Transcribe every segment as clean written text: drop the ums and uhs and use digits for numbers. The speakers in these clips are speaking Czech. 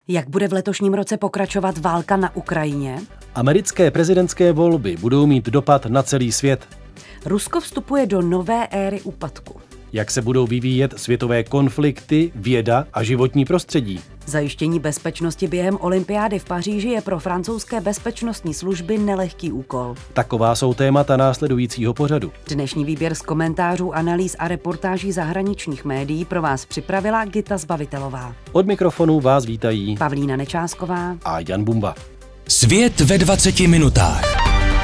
Jak bude v letošním roce pokračovat válka na Ukrajině? Americké prezidentské volby budou mít dopad na celý svět. Rusko vstupuje do nové éry úpadku. Jak se budou vyvíjet světové konflikty, věda a životní prostředí? Zajištění bezpečnosti během olympiády v Paříži je pro francouzské bezpečnostní služby nelehký úkol. Taková jsou témata následujícího pořadu. Dnešní výběr z komentářů, analýz a reportáží zahraničních médií pro vás připravila Gita Zbavitelová. Od mikrofonu vás vítají Pavlína Nečásková a Jan Bumba. Svět ve 20 minutách.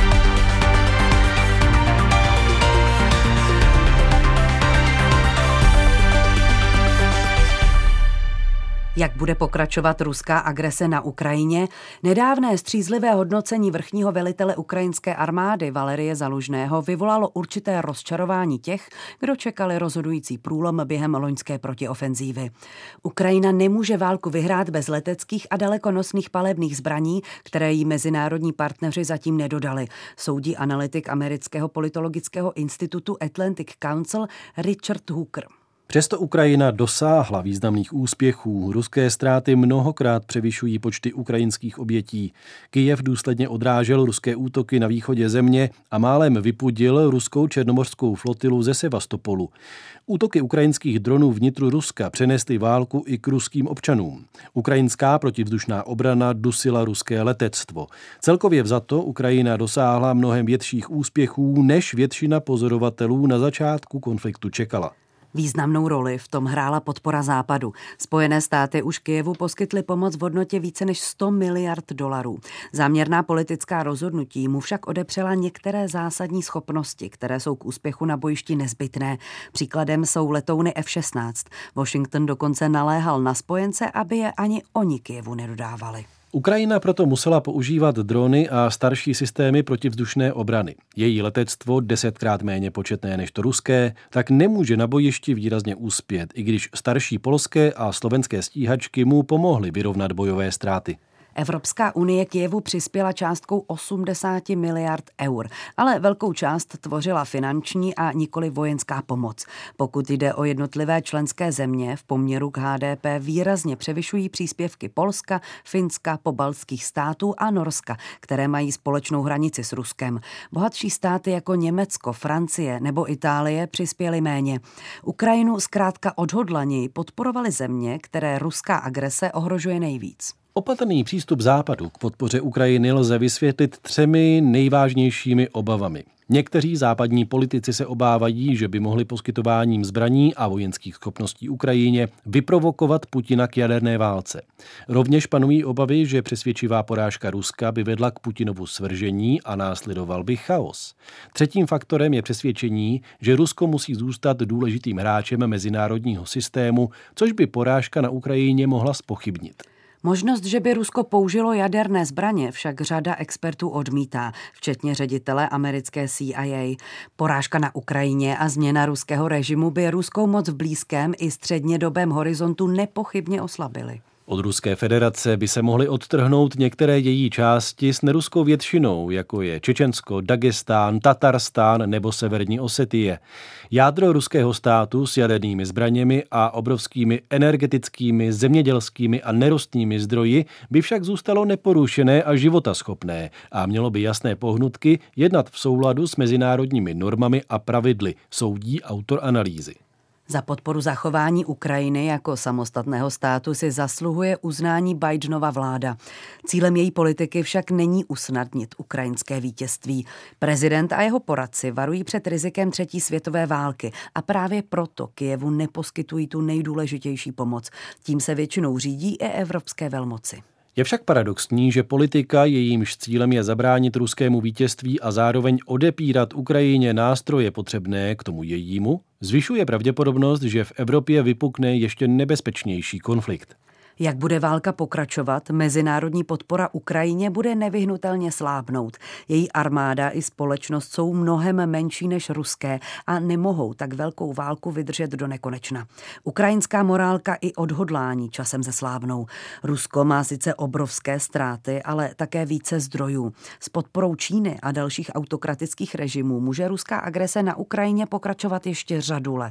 Jak bude pokračovat ruská agrese na Ukrajině? Nedávné střízlivé hodnocení vrchního velitele ukrajinské armády Valerie Zalužného vyvolalo určité rozčarování těch, kdo čekali rozhodující průlom během loňské protiofenzívy. Ukrajina nemůže válku vyhrát bez leteckých a dalekonosných palebných zbraní, které jí mezinárodní partneři zatím nedodali, soudí analytik amerického politologického institutu Atlantic Council Richard Hooker. Přesto Ukrajina dosáhla významných úspěchů. Ruské ztráty mnohokrát převyšují počty ukrajinských obětí. Kyjev důsledně odrážel ruské útoky na východě země a málem vypudil ruskou černomořskou flotilu ze Sevastopolu. Útoky ukrajinských dronů vnitru Ruska přenesly válku i k ruským občanům. Ukrajinská protivzdušná obrana dusila ruské letectvo. Celkově vzato Ukrajina dosáhla mnohem větších úspěchů, než většina pozorovatelů na začátku konfliktu čekala. Významnou roli v tom hrála podpora Západu. Spojené státy už Kyjevu poskytly pomoc v hodnotě více než $100 miliard. Záměrná politická rozhodnutí mu však odepřela některé zásadní schopnosti, které jsou k úspěchu na bojišti nezbytné. Příkladem jsou letouny F-16. Washington dokonce naléhal na spojence, aby je ani oni Kyjevu nedodávali. Ukrajina proto musela používat drony a starší systémy protivzdušné obrany. Její letectvo, 10krát méně početné než to ruské, tak nemůže na bojišti výrazně uspět, i když starší polské a slovenské stíhačky mu pomohly vyrovnat bojové ztráty. Evropská unie Kyjevu přispěla částkou 80 miliard eur, ale velkou část tvořila finanční a nikoli vojenská pomoc. Pokud jde o jednotlivé členské země, v poměru k HDP výrazně převyšují příspěvky Polska, Finska, pobaltských států a Norska, které mají společnou hranici s Ruskem. Bohatší státy jako Německo, Francie nebo Itálie přispěly méně. Ukrajinu zkrátka odhodlaněji podporovaly země, které ruská agrese ohrožuje nejvíc. Opatrný přístup Západu k podpoře Ukrajiny lze vysvětlit 3 nejvážnějšími obavami. Někteří západní politici se obávají, že by mohli poskytováním zbraní a vojenských schopností Ukrajině vyprovokovat Putina k jaderné válce. Rovněž panují obavy, že přesvědčivá porážka Ruska by vedla k Putinovu svržení a následoval by chaos. Třetím faktorem je přesvědčení, že Rusko musí zůstat důležitým hráčem mezinárodního systému, což by porážka na Ukrajině mohla zpochybnit. Možnost, že by Rusko použilo jaderné zbraně, však řada expertů odmítá, včetně ředitele americké CIA. Porážka na Ukrajině a změna ruského režimu by ruskou moc v blízkém i střednědobém horizontu nepochybně oslabily. Od Ruské federace by se mohly odtrhnout některé její části s neruskou většinou, jako je Čečensko, Dagestán, Tatarstán nebo Severní Osetie. Jádro ruského státu s jadernými zbraněmi a obrovskými energetickými, zemědělskými a nerostnými zdroji by však zůstalo neporušené a životaschopné a mělo by jasné pohnutky jednat v souladu s mezinárodními normami a pravidly, soudí autor analýzy. Za podporu zachování Ukrajiny jako samostatného státu si zasluhuje uznání Bidenova vláda. Cílem její politiky však není usnadnit ukrajinské vítězství. Prezident a jeho poradci varují před rizikem třetí světové války a právě proto Kyjevu neposkytují tu nejdůležitější pomoc. Tím se většinou řídí i evropské velmoci. Je však paradoxní, že politika, jejímž cílem je zabránit ruskému vítězství a zároveň odepírat Ukrajině nástroje potřebné k tomu jejímu, zvyšuje pravděpodobnost, že v Evropě vypukne ještě nebezpečnější konflikt. Jak bude válka pokračovat, mezinárodní podpora Ukrajině bude nevyhnutelně slábnout. Její armáda i společnost jsou mnohem menší než ruské a nemohou tak velkou válku vydržet do nekonečna. Ukrajinská morálka i odhodlání časem zeslábnou. Rusko má sice obrovské ztráty, ale také více zdrojů. S podporou Číny a dalších autokratických režimů může ruská agrese na Ukrajině pokračovat ještě řadu let.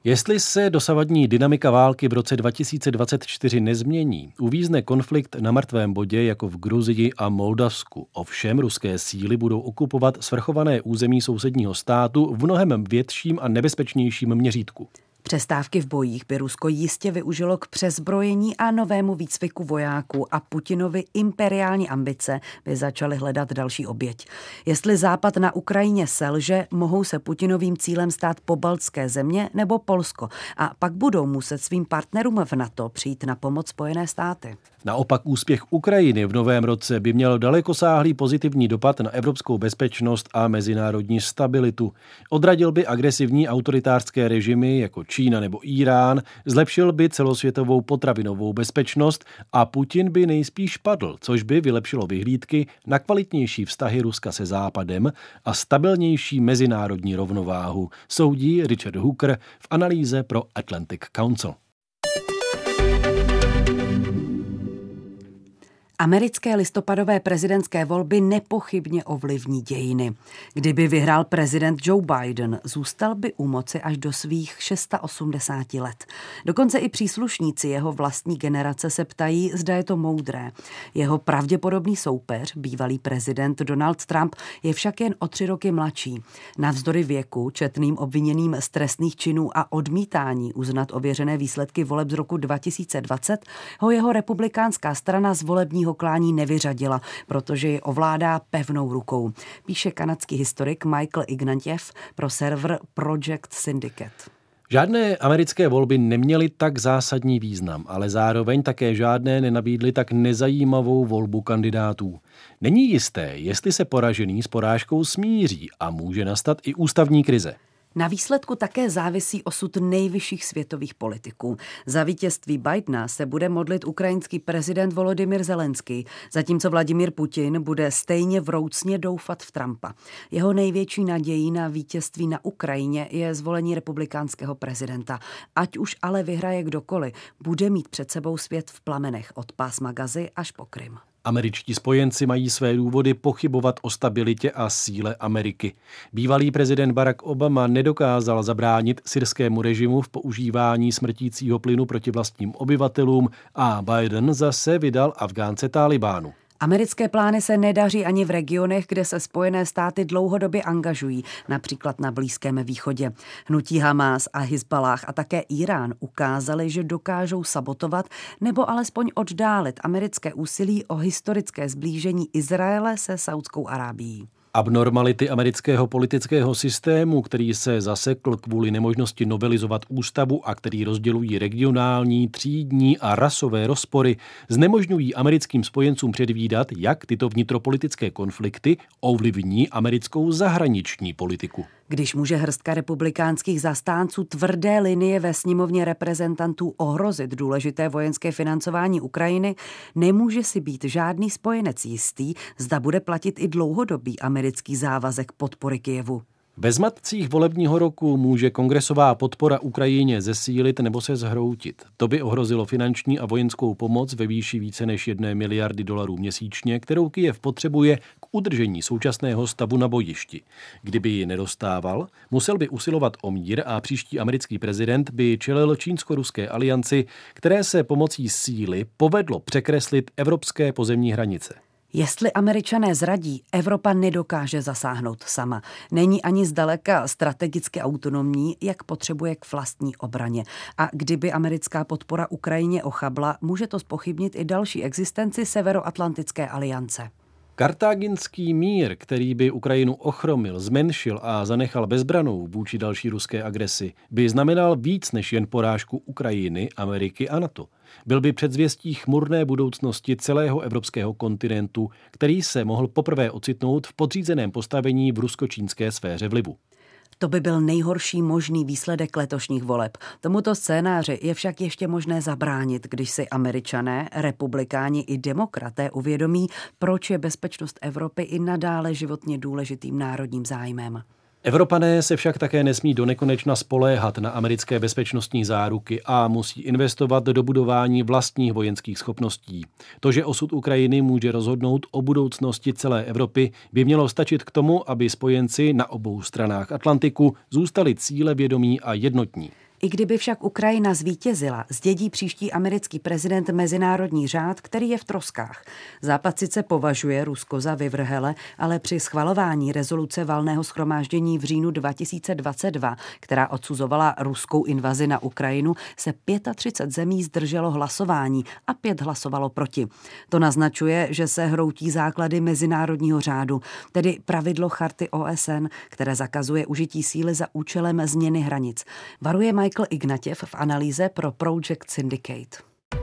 Jestli se dosavadní dynamika války v roce 2024 nezmění, uvízne konflikt na mrtvém bodě jako v Gruzii a Moldavsku. Ovšem ruské síly budou okupovat svrchované území sousedního státu v mnohem větším a nebezpečnějším měřítku. Přestávky v bojích by Rusko jistě využilo k přezbrojení a novému výcviku vojáků a Putinovi imperiální ambice by začaly hledat další oběť. Jestli Západ na Ukrajině selže, mohou se Putinovým cílem stát pobaltské země nebo Polsko a pak budou muset svým partnerům v NATO přijít na pomoc Spojené státy. Naopak úspěch Ukrajiny v novém roce by měl dalekosáhlý pozitivní dopad na evropskou bezpečnost a mezinárodní stabilitu. Odradil by agresivní autoritářské režimy jako Čína nebo Irán, zlepšil by celosvětovou potravinovou bezpečnost a Putin by nejspíš padl, což by vylepšilo vyhlídky na kvalitnější vztahy Ruska se Západem a stabilnější mezinárodní rovnováhu, soudí Richard Hooker v analýze pro Atlantic Council. Americké listopadové prezidentské volby nepochybně ovlivní dějiny. Kdyby vyhrál prezident Joe Biden, zůstal by u moci až do svých 86 let. Dokonce i příslušníci jeho vlastní generace se ptají, zda je to moudré. Jeho pravděpodobný soupeř, bývalý prezident Donald Trump, je však jen o 3 roky mladší. Navzdory věku, četným obviněným z trestných činů a odmítání uznat ověřené výsledky voleb z roku 2020, ho jeho republikánská strana z volebního klání nevyřadila, protože ji ovládá pevnou rukou. Píše kanadský historik Michael Ignatieff pro server Project Syndicate. Žádné americké volby neměly tak zásadní význam, ale zároveň také žádné nenabídly tak nezajímavou volbu kandidátů. Není jisté, jestli se poražený s porážkou smíří a může nastat i ústavní krize. Na výsledku také závisí osud nejvyšších světových politiků. Za vítězství Bidena se bude modlit ukrajinský prezident Volodymyr Zelenský, zatímco Vladimír Putin bude stejně vroucně doufat v Trumpa. Jeho největší nadějí na vítězství na Ukrajině je zvolení republikánského prezidenta. Ať už ale vyhraje kdokoliv, bude mít před sebou svět v plamenech od pásma Gazy až po Krym. Američtí spojenci mají své důvody pochybovat o stabilitě a síle Ameriky. Bývalý prezident Barack Obama nedokázal zabránit syrskému režimu v používání smrtícího plynu proti vlastním obyvatelům a Biden zase vydal Afgánce Tálibánu. Americké plány se nedaří ani v regionech, kde se Spojené státy dlouhodobě angažují, například na Blízkém východě. Hnutí Hamás a Hizballáh a také Irán ukázali, že dokážou sabotovat nebo alespoň oddálit americké úsilí o historické sblížení Izraele se Saudskou Arábií. Abnormality amerického politického systému, který se zasekl kvůli nemožnosti novelizovat ústavu a který rozdělují regionální, třídní a rasové rozpory, znemožňují americkým spojencům předvídat, jak tyto vnitropolitické konflikty ovlivní americkou zahraniční politiku. Když může hrstka republikánských zastánců tvrdé linie ve sněmovně reprezentantů ohrozit důležité vojenské financování Ukrajiny, nemůže si být žádný spojenec jistý, zda bude platit i dlouhodobý americký závazek podpory Kyjevu. Ve zmatcích volebního roku může kongresová podpora Ukrajině zesílit nebo se zhroutit. To by ohrozilo finanční a vojenskou pomoc ve výši více než 1 miliardy dolarů měsíčně, kterou Kyjev potřebuje k udržení současného stavu na bojišti. Kdyby ji nedostával, musel by usilovat o mír a příští americký prezident by čelil čínsko-ruské alianci, které se pomocí síly povedlo překreslit evropské pozemní hranice. Jestli Američané zradí, Evropa nedokáže zasáhnout sama. Není ani zdaleka strategicky autonomní, jak potřebuje k vlastní obraně. A kdyby americká podpora Ukrajině ochabla, může to zpochybnit i další existenci Severoatlantické aliance. Kartáginský mír, který by Ukrajinu ochromil, zmenšil a zanechal bezbranou vůči další ruské agresi, by znamenal víc než jen porážku Ukrajiny, Ameriky a NATO. Byl by předzvěstí chmurné budoucnosti celého evropského kontinentu, který se mohl poprvé ocitnout v podřízeném postavení v rusko-čínské sféře vlivu. To by byl nejhorší možný výsledek letošních voleb. Tomuto scénáři je však ještě možné zabránit, když si Američané, republikáni i demokraté uvědomí, proč je bezpečnost Evropy i nadále životně důležitým národním zájmem. Evropané se však také nesmí donekonečna spoléhat na americké bezpečnostní záruky a musí investovat do budování vlastních vojenských schopností. To, že osud Ukrajiny může rozhodnout o budoucnosti celé Evropy, by mělo stačit k tomu, aby spojenci na obou stranách Atlantiku zůstali cílevědomí a jednotní. I kdyby však Ukrajina zvítězila, zdědí příští americký prezident mezinárodní řád, který je v troskách. Západ sice považuje Rusko za vyvrhele, ale při schvalování rezoluce Valného shromáždění v říjnu 2022, která odsuzovala ruskou invazi na Ukrajinu, se 35 zemí zdrželo hlasování a 5 hlasovalo proti. To naznačuje, že se hroutí základy mezinárodního řádu, tedy pravidlo charty OSN, které zakazuje užití síly za účelem změny hranic. Varuje Michael Ignatěv v analýze pro Project Syndicate.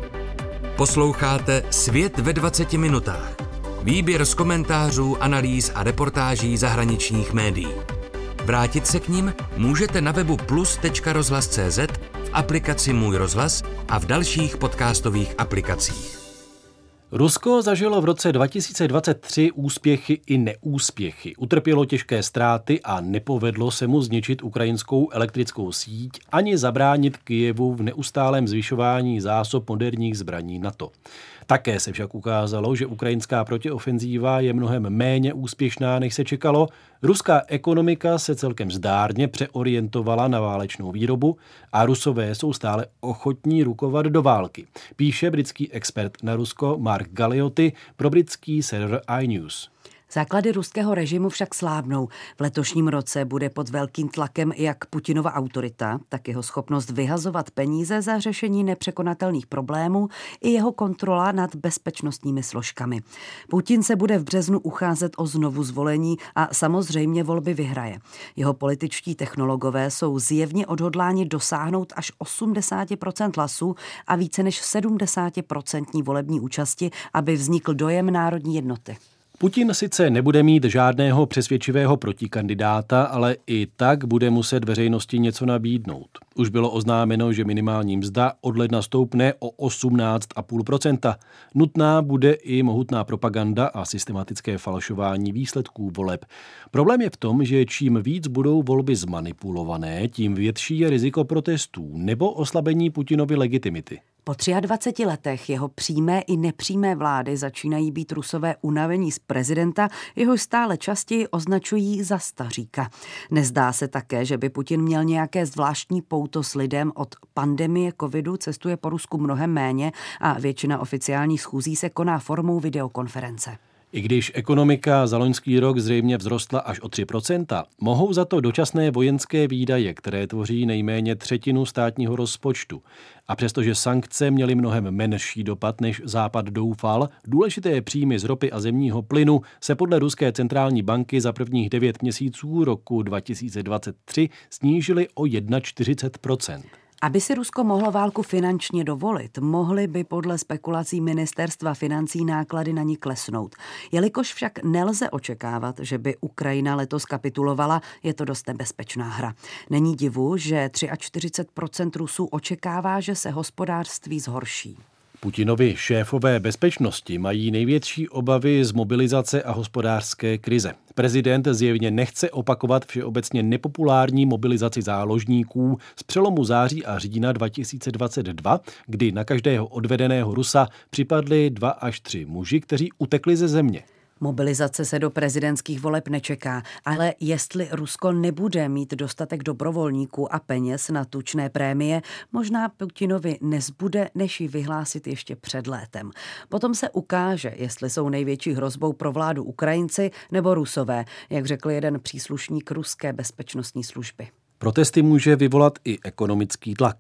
Posloucháte Svět ve 20 minutách. Výběr z komentářů, analýz a reportáží zahraničních médií. Vrátit se k nim můžete na webu plus.rozhlas.cz, v aplikaci Můj rozhlas a v dalších podcastových aplikacích. Rusko zažilo v roce 2023 úspěchy i neúspěchy. Utrpělo těžké ztráty a nepovedlo se mu zničit ukrajinskou elektrickou síť ani zabránit Kyjevu v neustálém zvyšování zásob moderních zbraní NATO. Také se však ukázalo, že ukrajinská protiofenzíva je mnohem méně úspěšná, než se čekalo. Ruská ekonomika se celkem zdárně přeorientovala na válečnou výrobu a Rusové jsou stále ochotní rukovat do války. Píše britský expert na Rusko Mark Galeotti pro britský server iNews. Základy ruského režimu však slábnou. V letošním roce bude pod velkým tlakem jak Putinova autorita, tak jeho schopnost vyhazovat peníze za řešení nepřekonatelných problémů i jeho kontrola nad bezpečnostními složkami. Putin se bude v březnu ucházet o znovu zvolení a samozřejmě volby vyhraje. Jeho političtí technologové jsou zjevně odhodláni dosáhnout až 80% hlasů a více než 70% volební účasti, aby vznikl dojem národní jednoty. Putin sice nebude mít žádného přesvědčivého protikandidáta, ale i tak bude muset veřejnosti něco nabídnout. Už bylo oznámeno, že minimální mzda od ledna stoupne o 18,5%. Nutná bude i mohutná propaganda a systematické falšování výsledků voleb. Problém je v tom, že čím víc budou volby zmanipulované, tím větší je riziko protestů nebo oslabení Putinovy legitimity. Po 23 letech jeho přímé i nepřímé vlády začínají být Rusové unavení z prezidenta, jehož stále častěji označují za staříka. Nezdá se také, že by Putin měl nějaké zvláštní pouto s lidem. Od pandemie covidu cestuje po Rusku mnohem méně a většina oficiálních schůzí se koná formou videokonference. I když ekonomika za loňský rok zřejmě vzrostla až o 3%, mohou za to dočasné vojenské výdaje, které tvoří nejméně třetinu státního rozpočtu. A přestože sankce měly mnohem menší dopad, než Západ doufal, důležité příjmy z ropy a zemního plynu se podle Ruské centrální banky za prvních 9 měsíců roku 2023 snížily o 41%. Aby si Rusko mohlo válku finančně dovolit, mohly by podle spekulací ministerstva financí náklady na ní klesnout. Jelikož však nelze očekávat, že by Ukrajina letos kapitulovala, je to dost nebezpečná hra. Není divu, že 43% Rusů očekává, že se hospodářství zhorší. Putinovi šéfové bezpečnosti mají největší obavy z mobilizace a hospodářské krize. Prezident zjevně nechce opakovat všeobecně nepopulární mobilizaci záložníků z přelomu září a října 2022, kdy na každého odvedeného Rusa připadli 2 až 3 muži, kteří utekli ze země. Mobilizace se do prezidentských voleb nečeká, ale jestli Rusko nebude mít dostatek dobrovolníků a peněz na tučné prémie, možná Putinovi nezbude, než ji vyhlásit ještě před létem. Potom se ukáže, jestli jsou největší hrozbou pro vládu Ukrajinci nebo Rusové, jak řekl jeden příslušník ruské bezpečnostní služby. Protesty může vyvolat i ekonomický tlak.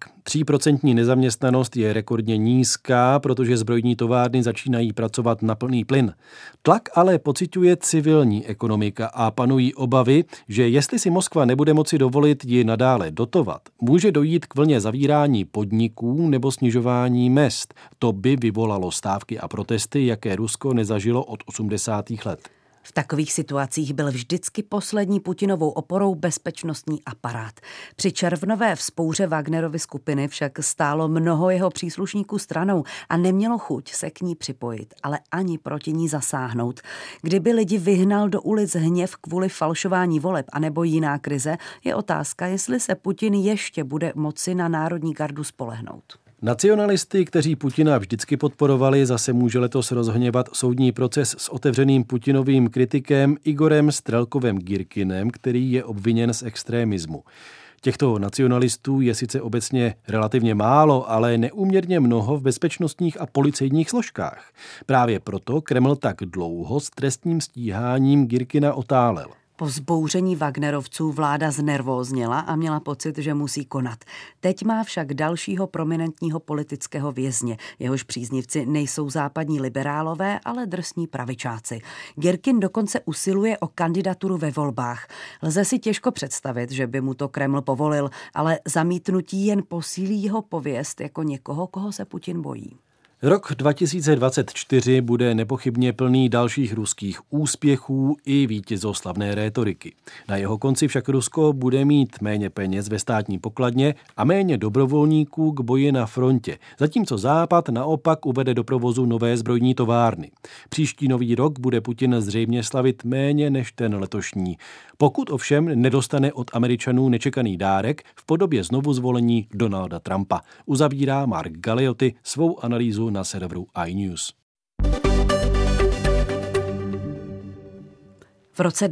3% nezaměstnanost je rekordně nízká, protože zbrojní továrny začínají pracovat na plný plyn. Tlak ale pociťuje civilní ekonomika a panují obavy, že jestli si Moskva nebude moci dovolit ji nadále dotovat, může dojít k vlně zavírání podniků nebo snižování mezd. To by vyvolalo stávky a protesty, jaké Rusko nezažilo od 80. let. V takových situacích byl vždycky poslední Putinovou oporou bezpečnostní aparát. Při červnové vzpouře Wagnerovy skupiny však stálo mnoho jeho příslušníků stranou a nemělo chuť se k ní připojit, ale ani proti ní zasáhnout. Kdyby lidi vyhnal do ulic hněv kvůli falšování voleb anebo jiná krize, je otázka, jestli se Putin ještě bude moci na národní gardu spolehnout. Nacionalisty, kteří Putina vždycky podporovali, zase může letos rozhněvat soudní proces s otevřeným Putinovým kritikem Igorem Strelkovem Girkinem, který je obviněn z extrémismu. Těchto nacionalistů je sice obecně relativně málo, ale neúměrně mnoho v bezpečnostních a policejních složkách. Právě proto Kreml tak dlouho s trestním stíháním Girkina otálel. Po zbouření Wagnerovců vláda znervózněla a měla pocit, že musí konat. Teď má však dalšího prominentního politického vězně. Jehož příznivci nejsou západní liberálové, ale drsní pravičáci. Girkin dokonce usiluje o kandidaturu ve volbách. Lze si těžko představit, že by mu to Kreml povolil, ale zamítnutí jen posílí jeho pověst jako někoho, koho se Putin bojí. Rok 2024 bude nepochybně plný dalších ruských úspěchů i vítězoslavné rétoriky. Na jeho konci však Rusko bude mít méně peněz ve státní pokladně a méně dobrovolníků k boji na frontě, zatímco Západ naopak uvede do provozu nové zbrojní továrny. Příští nový rok bude Putin zřejmě slavit méně než ten letošní. Pokud ovšem nedostane od Američanů nečekaný dárek v podobě znovu zvolení Donalda Trumpa. Uzavírá Mark Galeotti svou analýzu na serveru iNews. V roce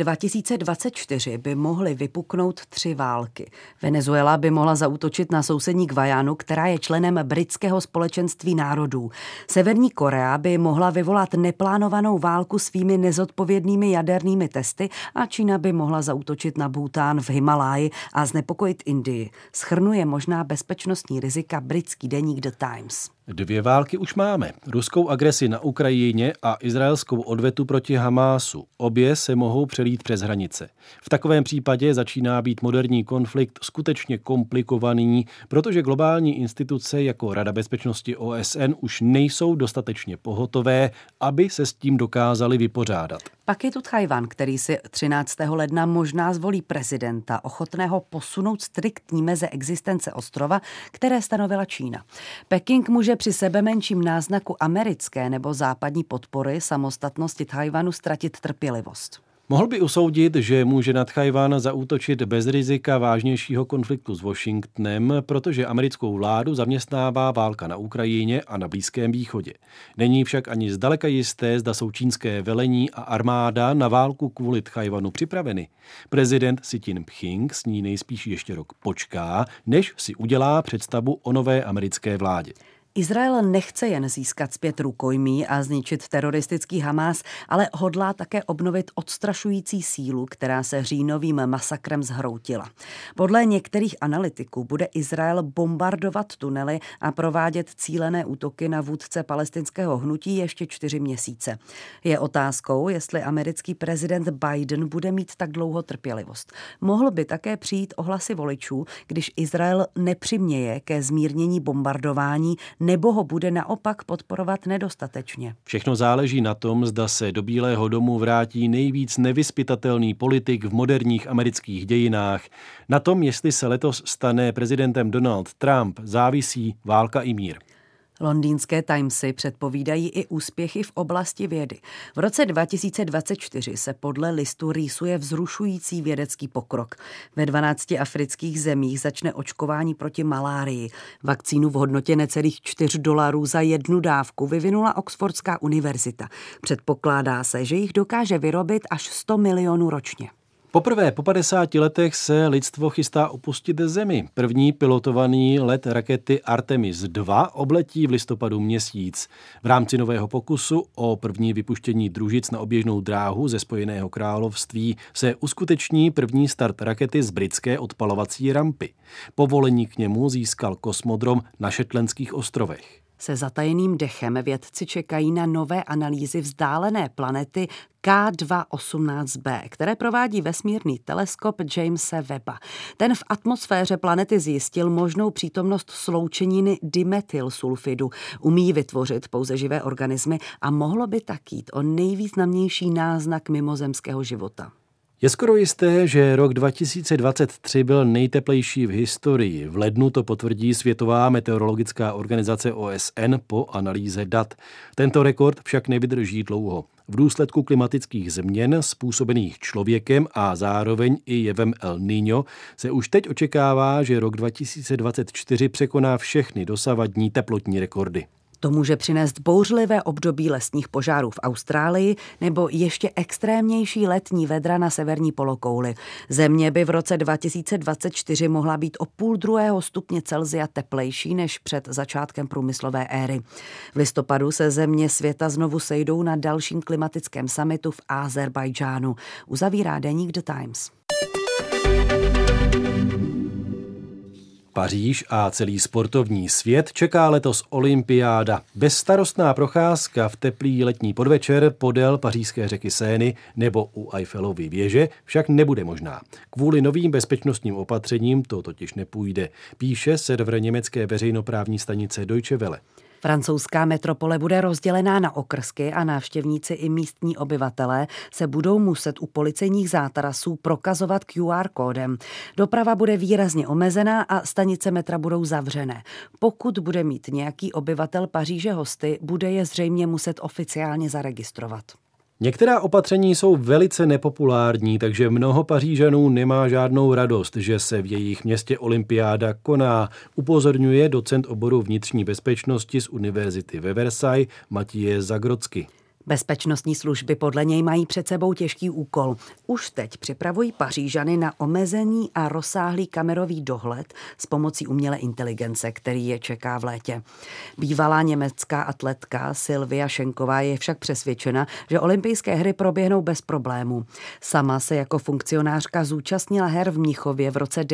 2024 by mohly vypuknout 3 války. Venezuela by mohla zaútočit na sousední Guajánu, která je členem britského společenství národů. Severní Korea by mohla vyvolat neplánovanou válku svými nezodpovědnými jadernými testy a Čína by mohla zaútočit na Bhútán v Himaláji a znepokojit Indii. Shrnuje možná bezpečnostní rizika britský deník The Times. 2 války už máme. Ruskou agresi na Ukrajině a izraelskou odvetu proti Hamásu. Obě se mohou přelít přes hranice. V takovém případě začíná být moderní konflikt skutečně komplikovaný, protože globální instituce jako Rada bezpečnosti OSN už nejsou dostatečně pohotové, aby se s tím dokázali vypořádat. Pak je tu Tchaj-wan, který si 13. ledna možná zvolí prezidenta, ochotného posunout striktní meze existence ostrova, které stanovila Čína. Peking může při sebemenším náznaku americké nebo západní podpory samostatnosti Tchaj-wanu ztratit trpělivost. Mohl by usoudit, že může na Tchaj-wan zaútočit bez rizika vážnějšího konfliktu s Washingtonem, protože americkou vládu zaměstnává válka na Ukrajině a na Blízkém východě. Není však ani zdaleka jisté, zda jsou čínské velení a armáda na válku kvůli Tchaj-wanu připraveny. Prezident Xi Jinping s ní nejspíš ještě rok počká, než si udělá představu o nové americké vládě. Izrael nechce jen získat zpět rukojmí a zničit teroristický Hamás, ale hodlá také obnovit odstrašující sílu, která se říjnovým masakrem zhroutila. Podle některých analytiků bude Izrael bombardovat tunely a provádět cílené útoky na vůdce palestinského hnutí ještě 4 měsíce. Je otázkou, jestli americký prezident Biden bude mít tak dlouho trpělivost. Mohl by také přijít ohlasy voličů, když Izrael nepřiměje ke zmírnění bombardování nebo ho bude naopak podporovat nedostatečně. Všechno záleží na tom, zda se do Bílého domu vrátí nejvíc nevyzpytatelný politik v moderních amerických dějinách. Na tom, jestli se letos stane prezidentem Donald Trump, závisí válka i mír. Londýnské Timesy předpovídají i úspěchy v oblasti vědy. V roce 2024 se podle listu rýsuje vzrušující vědecký pokrok. Ve 12 afrických zemích začne očkování proti malárii. Vakcínu v hodnotě necelých $4 za 1 dávku vyvinula Oxfordská univerzita. Předpokládá se, že jich dokáže vyrobit až 100 milionů ročně. Poprvé po 50 letech se lidstvo chystá opustit Zemi. První pilotovaný let rakety Artemis 2 obletí v listopadu Měsíc. V rámci nového pokusu o první vypuštění družic na oběžnou dráhu ze Spojeného království se uskuteční první start rakety z britské odpalovací rampy. Povolení k němu získal kosmodrom na Shetlandských ostrovech. Se zatajeným dechem vědci čekají na nové analýzy vzdálené planety K218b, které provádí vesmírný teleskop Jamese Webba. Ten v atmosféře planety zjistil možnou přítomnost sloučeniny dimetylsulfidu. Umí vytvořit pouze živé organismy a mohlo by tak jít o nejvýznamnější náznak mimozemského života. Je skoro jisté, že rok 2023 byl nejteplejší v historii. V lednu to potvrdí Světová meteorologická organizace OSN po analýze dat. Tento rekord však nevydrží dlouho. V důsledku klimatických změn způsobených člověkem a zároveň i jevem El Niño se už teď očekává, že rok 2024 překoná všechny dosavadní teplotní rekordy. To může přinést bouřlivé období lesních požárů v Austrálii nebo ještě extrémnější letní vedra na severní polokouli. Země by v roce 2024 mohla být o 0,5 stupně Celsia teplejší než před začátkem průmyslové éry. V listopadu se země světa znovu sejdou na dalším klimatickém summitu v Ázerbájdžánu. Uzavírá deník The Times. Paříž a celý sportovní svět čeká letos olympiáda. Bezstarostná procházka v teplý letní podvečer podél pařížské řeky Seiny nebo u Eiffelovy věže však nebude možná. Kvůli novým bezpečnostním opatřením to totiž nepůjde, píše server německé veřejnoprávní stanice Deutsche Welle. Francouzská metropole bude rozdělená na okrsky a návštěvníci i místní obyvatelé se budou muset u policejních zátarasů prokazovat QR kódem. Doprava bude výrazně omezená a stanice metra budou zavřené. Pokud bude mít nějaký obyvatel Paříže hosty, bude je zřejmě muset oficiálně zaregistrovat. Některá opatření jsou velice nepopulární, takže mnoho Pařížanů nemá žádnou radost, že se v jejich městě olympiáda koná, upozorňuje docent oboru vnitřní bezpečnosti z univerzity ve Versailles Matěj Zagrocky. Bezpečnostní služby podle něj mají před sebou těžký úkol. Už teď připravují Pařížany na omezený a rozsáhlý kamerový dohled s pomocí umělé inteligence, který je čeká v létě. Bývalá německá atletka Sylvia Schenková je však přesvědčena, že olympijské hry proběhnou bez problémů. Sama se jako funkcionářka zúčastnila her v Mnichově v roce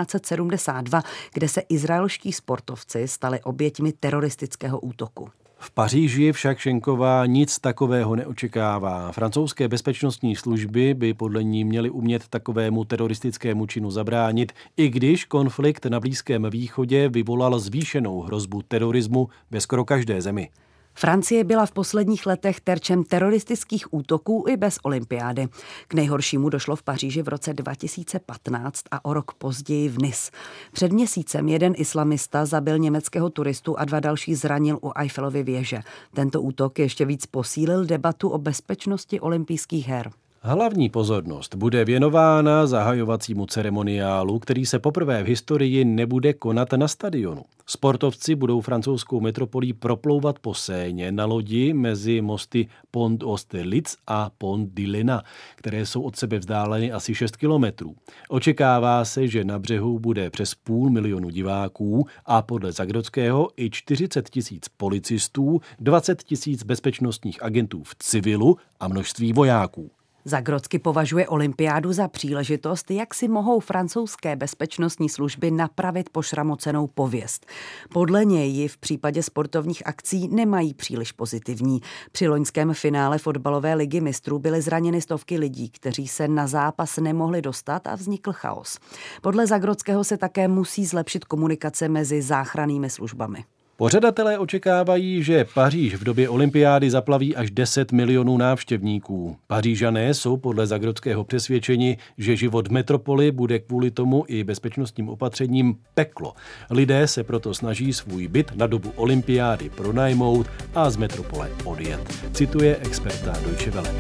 1972, kde se izraelští sportovci stali oběťmi teroristického útoku. V Paříži však Schenková nic takového neočekává. Francouzské bezpečnostní služby by podle ní měly umět takovému teroristickému činu zabránit, i když konflikt na Blízkém východě vyvolal zvýšenou hrozbu terorismu ve skoro každé zemi. Francie byla v posledních letech terčem teroristických útoků i bez olympiády. K nejhoršímu došlo v Paříži v roce 2015 a o rok později v Nice. Před měsícem jeden islamista zabil německého turistu a 2 další zranil u Eiffelovy věže. Tento útok ještě víc posílil debatu o bezpečnosti olympijských her. Hlavní pozornost bude věnována zahajovacímu ceremoniálu, který se poprvé v historii nebude konat na stadionu. Sportovci budou francouzskou metropolí proplouvat po Seině na lodi mezi mosty Pont d'Austerlitz a Pont d'Iéna, které jsou od sebe vzdáleny asi 6 kilometrů. Očekává se, že na břehu bude přes 500 000 diváků a podle Zagrockého i 40 000 policistů, 20 000 bezpečnostních agentů v civilu a množství vojáků. Zagrocky považuje olympiádu za příležitost, jak si mohou francouzské bezpečnostní služby napravit pošramocenou pověst. Podle něj ji v případě sportovních akcí nemají příliš pozitivní. Při loňském finále fotbalové ligy mistrů byly zraněny stovky lidí, kteří se na zápas nemohli dostat a vznikl chaos. Podle Zagrockého se také musí zlepšit komunikace mezi záchrannými službami. Pořadatelé očekávají, že Paříž v době olympiády zaplaví až 10 milionů návštěvníků. Pařížané jsou podle Zagrockého přesvědčeni, že život v metropoli bude kvůli tomu i bezpečnostním opatřením peklo. Lidé se proto snaží svůj byt na dobu olympiády pronajmout a z metropole odjet. Cituje experta Deutsche Welle.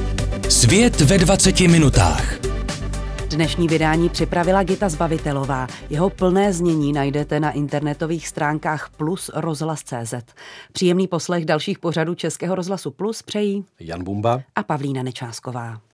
Svět ve 20 minutách. Dnešní vydání připravila Gita Zbavitelová. Jeho plné znění najdete na internetových stránkách Plus rozhlas.cz. Příjemný poslech dalších pořadů Českého rozhlasu Plus přejí Jan Bumba a Pavlína Nečásková.